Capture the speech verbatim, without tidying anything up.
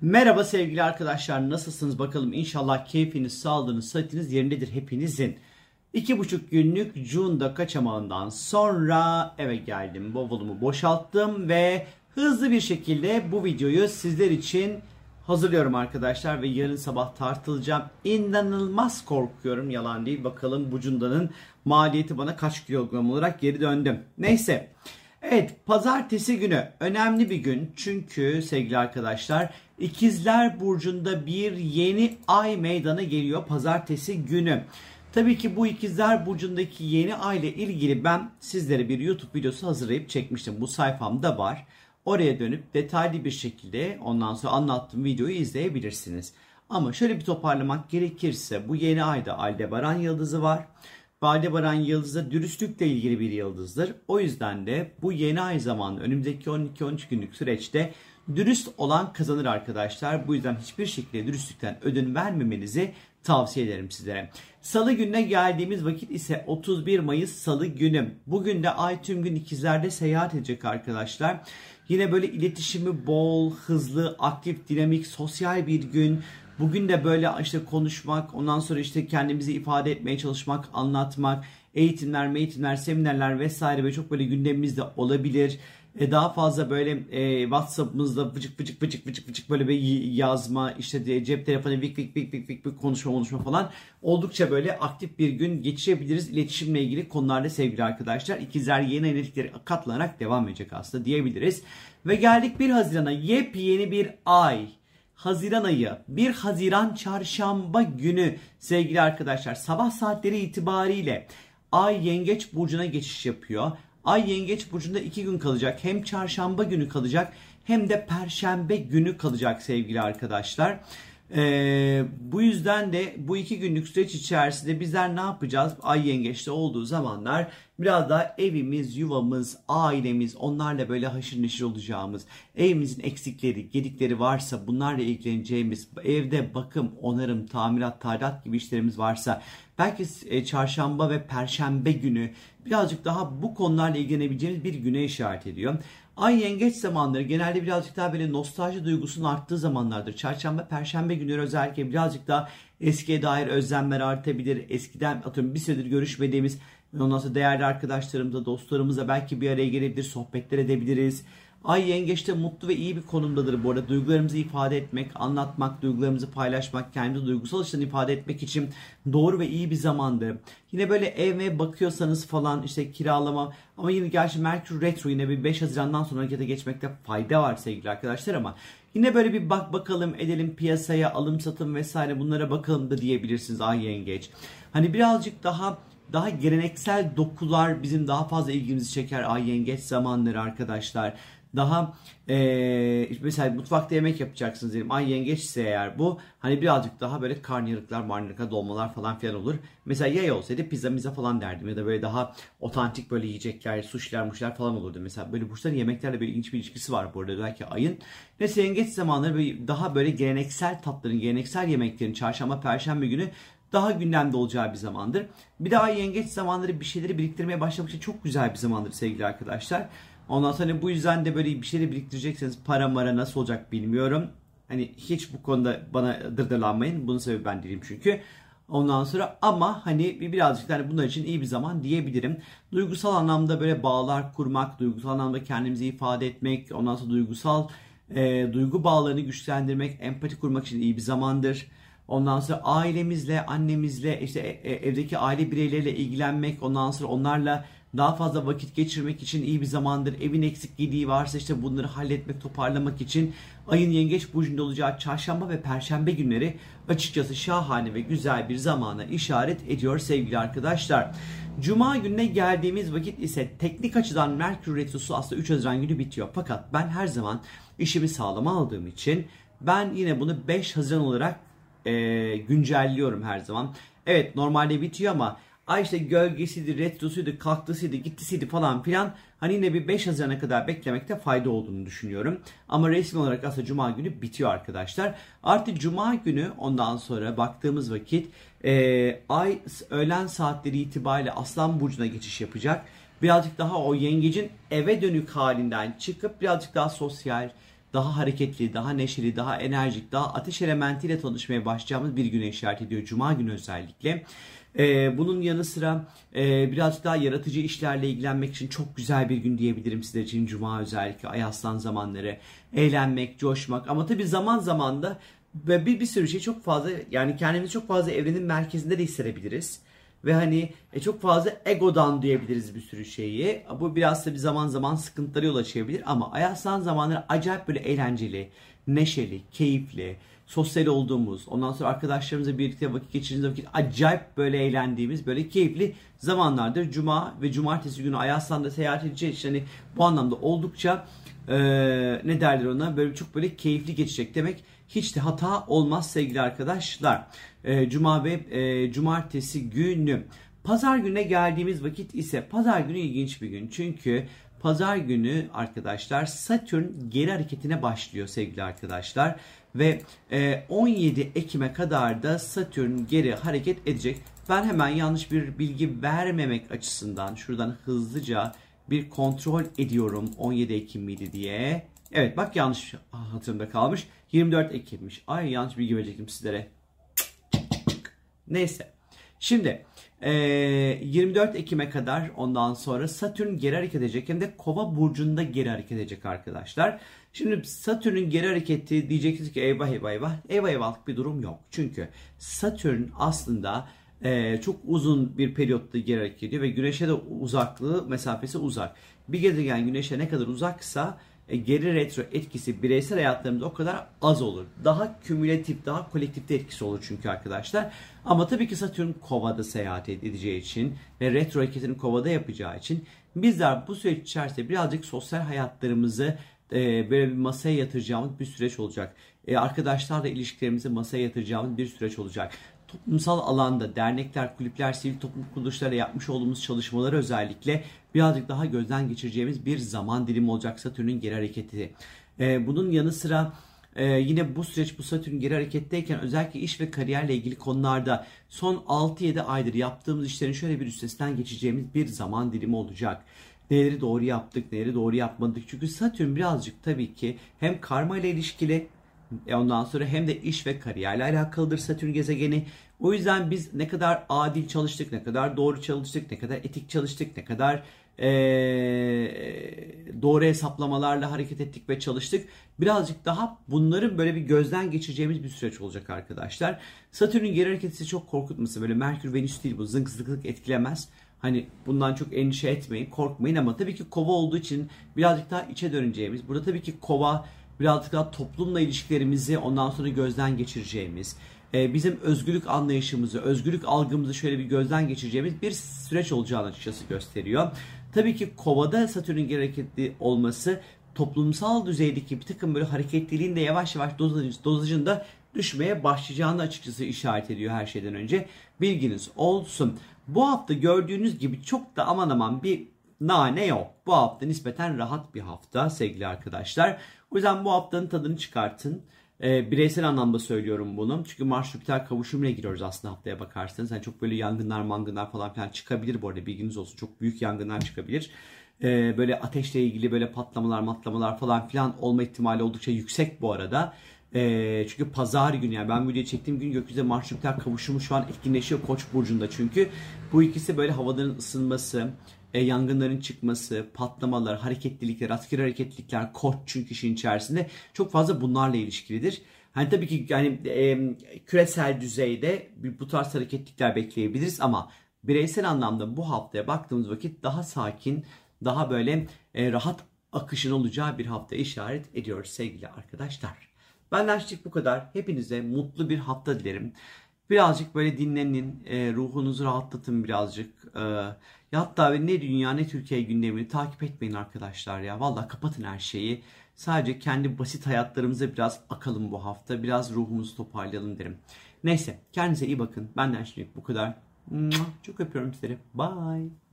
Merhaba sevgili arkadaşlar, nasılsınız bakalım? İnşallah keyfiniz, sağlığınız, sıhhatiniz yerindedir hepinizin. İki buçuk günlük Cunda kaçamağından sonra eve geldim, bavulumu boşalttım ve hızlı bir şekilde bu videoyu sizler için hazırlıyorum arkadaşlar ve yarın sabah tartılacağım. İnanılmaz korkuyorum, yalan değil. Bakalım bu Cunda'nın maliyeti bana kaç kilogram olarak geri döndüm. Neyse. Evet, pazartesi günü önemli bir gün çünkü sevgili arkadaşlar İkizler Burcu'nda bir yeni ay meydana geliyor pazartesi günü. Tabii ki bu İkizler Burcu'ndaki yeni ay ile ilgili ben sizlere bir YouTube videosu hazırlayıp çekmiştim. Bu sayfamda var. Oraya dönüp detaylı bir şekilde ondan sonra anlattığım videoyu izleyebilirsiniz. Ama şöyle bir toparlamak gerekirse bu yeni ayda Aldebaran yıldızı var. Aldebaran yıldızı dürüstlükle ilgili bir yıldızdır. O yüzden de bu yeni ay zamanı önümüzdeki on iki on üç günlük süreçte dürüst olan kazanır arkadaşlar. Bu yüzden hiçbir şekilde dürüstlükten ödün vermemenizi tavsiye ederim sizlere. Salı gününe geldiğimiz vakit ise otuz bir Mayıs Salı günü. Bugün de ay tüm gün ikizlerde seyahat edecek arkadaşlar. Yine böyle iletişimi bol, hızlı, aktif, dinamik, sosyal bir gün. Bugün de böyle işte konuşmak, ondan sonra işte kendimizi ifade etmeye çalışmak, anlatmak, eğitimler, eğitimler, seminerler vesaire böyle çok böyle gündemimizde olabilir. E daha fazla böyle e, WhatsApp'ımızda vıcık vıcık vıcık vıcık vıcık böyle bir yazma, işte cep telefonu vik vik vik vik vik vik konuşma konuşma falan oldukça böyle aktif bir gün geçirebiliriz iletişimle ilgili konularda sevgili arkadaşlar. İkizler yeni enerjileri katlanarak devam edecek aslında diyebiliriz. Ve geldik bir Haziran'a, yepyeni bir ay. Haziran ayı, bir Haziran çarşamba günü sevgili arkadaşlar sabah saatleri itibariyle Ay Yengeç Burcu'na geçiş yapıyor. Ay Yengeç Burcu'nda iki gün kalacak. Hem çarşamba günü kalacak hem de perşembe günü kalacak sevgili arkadaşlar. Ee, bu yüzden de bu iki günlük süreç içerisinde bizler ne yapacağız? Ay Yengeç'te olduğu zamanlar biraz daha evimiz, yuvamız, ailemiz, onlarla böyle haşır neşir olacağımız, evimizin eksikleri, gedikleri varsa bunlarla ilgileneceğimiz, evde bakım, onarım, tamirat, tadilat gibi işlerimiz varsa belki çarşamba ve perşembe günü birazcık daha bu konularla ilgilenebileceğimiz bir güne işaret ediyor. Ay Yengeç zamanları genelde birazcık daha böyle nostalji duygusunun arttığı zamanlardır. Çarşamba, perşembe günleri özellikle birazcık daha eskiye dair özlemler artabilir. Eskiden atıyorum bir süredir görüşmediğimiz, ondan sonra değerli arkadaşlarımızla, dostlarımızla belki bir araya gelebilir, sohbetler edebiliriz. Ay Yengeç'te mutlu ve iyi bir konumdadır bu arada. Duygularımızı ifade etmek, anlatmak, duygularımızı paylaşmak, kendimizi duygusal açıdan ifade etmek için doğru ve iyi bir zamandır. Yine böyle eve bakıyorsanız falan işte kiralama, ama yine gerçi Merkür Retro yine bir beş Haziran'dan sonra harekete geçmekte fayda var sevgili arkadaşlar, ama yine böyle bir bak bakalım edelim piyasaya, alım satım vesaire bunlara bakalım da diyebilirsiniz Ay Yengeç. Hani birazcık daha daha geleneksel dokular bizim daha fazla ilgimizi çeker Ay Yengeç zamanları arkadaşlar. Daha ee, mesela mutfakta yemek yapacaksınız diyelim. Ay Yengeçse eğer bu hani birazcık daha böyle karnıyarıklar, marnırıklar, dolmalar falan filan olur. Mesela yay olsaydı pizza miza falan derdim ya da böyle daha otantik böyle yiyecekler, suşiler, muşlar falan olurdu. Mesela böyle burçların yemeklerle böyle ilginç bir ilişkisi var bu arada belki ayın. Neyse Yengeç zamanları böyle daha böyle geleneksel tatların, geleneksel yemeklerin çarşamba, perşembe günü daha gündemde olacağı bir zamandır. Bir de Ay Yengeç zamanları bir şeyleri biriktirmeye başlamak için çok güzel bir zamandır sevgili arkadaşlar. Ondan sonra bu yüzden de böyle bir şeyleri biriktirecekseniz para mara nasıl olacak bilmiyorum. Hani hiç bu konuda bana dırdırlanmayın. Bunun sebebi ben değilim çünkü. Ondan sonra ama hani birazcık yani bunlar için iyi bir zaman diyebilirim. Duygusal anlamda böyle bağlar kurmak, duygusal anlamda kendimizi ifade etmek, ondan sonra duygusal e, duygu bağlarını güçlendirmek, empati kurmak için iyi bir zamandır. Ondan sonra ailemizle, annemizle, işte evdeki aile bireyleriyle ilgilenmek, ondan sonra onlarla daha fazla vakit geçirmek için iyi bir zamandır. Evin eksik gediği varsa işte bunları halletmek, toparlamak için ayın Yengeç Burcu'nda olacağı çarşamba ve perşembe günleri açıkçası şahane ve güzel bir zamana işaret ediyor sevgili arkadaşlar. Cuma gününe geldiğimiz vakit ise teknik açıdan Merkür Retrosu aslında üç Haziran günü bitiyor. Fakat ben her zaman işimi sağlama aldığım için ben yine bunu beş Haziran olarak e, güncelliyorum her zaman. Evet normalde bitiyor ama ay işte gölgesiydi, retrosuydu, kalktısıydı, gittisiydi falan filan. Hani yine bir beş Haziran'a kadar beklemekte fayda olduğunu düşünüyorum. Ama resmi olarak aslında Cuma günü bitiyor arkadaşlar. Artık Cuma günü ondan sonra baktığımız vakit e, ay öğlen saatleri itibariyle Aslan Burcu'na geçiş yapacak. Birazcık daha o yengecin eve dönük halinden çıkıp birazcık daha sosyal, daha hareketli, daha neşeli, daha enerjik, daha ateş elementiyle tanışmaya başlayacağımız bir güne işaret ediyor. Cuma günü özellikle. Ee, bunun yanı sıra e, birazcık daha yaratıcı işlerle ilgilenmek için çok güzel bir gün diyebilirim sizler için. Cuma özellikle Ay Aslan zamanları. Eğlenmek, coşmak ama tabii zaman zaman da ve bir, bir sürü şey çok fazla, yani kendimizi çok fazla evrenin merkezinde de hissedebiliriz. Ve hani e, çok fazla egodan duyabiliriz bir sürü şeyi. Bu biraz da bir zaman zaman sıkıntılara yol açabilir. Ama Ay Aslan zamanları acayip böyle eğlenceli, neşeli, keyifli, sosyal olduğumuz, ondan sonra arkadaşlarımızla birlikte vakit geçirdiğimiz vakit acayip böyle eğlendiğimiz, böyle keyifli zamanlardır. Cuma ve cumartesi günü Ay Aslan'da seyahat edeceğiz için hani bu anlamda oldukça e, ne derler ona, böyle çok böyle keyifli geçecek demek. Hiç de hata olmaz sevgili arkadaşlar. E, Cuma ve e, cumartesi günü. Pazar gününe geldiğimiz vakit ise pazar günü ilginç bir gün. Çünkü pazar günü arkadaşlar Satürn geri hareketine başlıyor sevgili arkadaşlar. Ve e, on yedi Ekim'e kadar da Satürn geri hareket edecek. Ben hemen yanlış bir bilgi vermemek açısından şuradan hızlıca bir kontrol ediyorum on yedi Ekim miydi diye. Evet bak, yanlış hatırımda kalmış. yirmi dört Ekim'miş. Ay, yanlış bilgi verecektim sizlere. Neyse. Şimdi e, yirmi dört Ekim'e kadar ondan sonra Satürn geri hareket edecek. Hem de Kova burcunda geri hareket edecek arkadaşlar. Şimdi Satürn'ün geri hareketi diyeceksiniz ki eyvah eyvah eyvah. Eyvah eyvahlık bir durum yok. Çünkü Satürn aslında e, çok uzun bir periyotta geri hareket ediyor. Ve Güneş'e de uzaklığı, mesafesi uzak. Bir gezegen Güneş'e ne kadar uzaksa E, geri retro etkisi bireysel hayatlarımızda o kadar az olur. Daha kümülatif, daha kolektifte etkisi olur çünkü arkadaşlar. Ama tabii ki Satürn Kova'da seyahat edeceği için ve retro hareketini Kova'da yapacağı için bizler bu süreç içerisinde birazcık sosyal hayatlarımızı e, böyle bir masaya yatıracağımız bir süreç olacak. E, arkadaşlarla ilişkilerimizi masaya yatıracağımız bir süreç olacak. Toplumsal alanda dernekler, kulüpler, sivil toplum kuruluşlarıyla yapmış olduğumuz çalışmaları özellikle birazcık daha gözden geçireceğimiz bir zaman dilimi olacak Satürn'ün geri hareketi. Ee, bunun yanı sıra e, yine bu süreç, bu Satürn geri hareketteyken özellikle iş ve kariyerle ilgili konularda son altı yedi aydır yaptığımız işlerin şöyle bir üstesinden geçeceğimiz bir zaman dilimi olacak. Neleri doğru yaptık, neleri doğru yapmadık. Çünkü Satürn birazcık tabii ki hem karma ile ilişkili, e ondan sonra hem de iş ve kariyerle alakalıdır Satürn gezegeni. O yüzden biz ne kadar adil çalıştık, ne kadar doğru çalıştık, ne kadar etik çalıştık, ne kadar ee, doğru hesaplamalarla hareket ettik ve çalıştık. Birazcık daha bunların böyle bir gözden geçireceğimiz bir süreç olacak arkadaşlar. Satürn'ün geri hareketi sizi çok korkutması, böyle Merkür Venüs değil bu, zınk zınklık etkilemez. Hani bundan çok endişe etmeyin, korkmayın ama tabii ki Kova olduğu için birazcık daha içe döneceğimiz. Burada tabii ki Kova birazcık daha toplumla ilişkilerimizi ondan sonra gözden geçireceğimiz, bizim özgürlük anlayışımızı, özgürlük algımızı şöyle bir gözden geçireceğimiz bir süreç olacağını açıkçası gösteriyor. Tabii ki Kova'da Satürn'ün geri hareketli olması toplumsal düzeydeki bir takım böyle hareketliliğin de yavaş yavaş dozaj, dozajında düşmeye başlayacağını açıkçası işaret ediyor her şeyden önce. Bilginiz olsun. Bu hafta gördüğünüz gibi çok da aman aman bir nane yok. Bu hafta nispeten rahat bir hafta sevgili arkadaşlar. O yüzden bu haftanın tadını çıkartın. E, bireysel anlamda söylüyorum bunu. Çünkü Mars Jüpiter kavuşumuyla giriyoruz aslında haftaya bakarsanız. Yani çok böyle yangınlar mangınlar falan filan çıkabilir bu arada, bilginiz olsun. Çok büyük yangınlar çıkabilir. E, böyle ateşle ilgili böyle patlamalar matlamalar falan filan olma ihtimali oldukça yüksek bu arada. E, çünkü pazar günü, yani ben videoyu çektiğim gün gökyüzünde Mars Jüpiter kavuşumu şu an etkinleşiyor Koç burcunda. Çünkü bu ikisi böyle havaların ısınması, E, yangınların çıkması, patlamalar, hareketlilikler, askeri hareketlilikler, Koç çünkü işin içerisinde çok fazla bunlarla ilişkilidir. Hani tabii ki yani e, küresel düzeyde bu tarz hareketlilikler bekleyebiliriz ama bireysel anlamda bu haftaya baktığımız vakit daha sakin, daha böyle e, rahat akışın olacağı bir hafta işaret ediyoruz sevgili arkadaşlar. Benden şimdilik bu kadar. Hepinize mutlu bir hafta dilerim. Birazcık böyle dinlenin, e, ruhunuzu rahatlatın birazcık. E, ya hatta ne dünya ne Türkiye gündemini takip etmeyin arkadaşlar ya. Vallahi kapatın her şeyi. Sadece kendi basit hayatlarımıza biraz akalım bu hafta. Biraz ruhumuzu toparlayalım derim. Neyse, kendinize iyi bakın. Benden şimdilik bu kadar. Çok öpüyorum sizleri. Bye.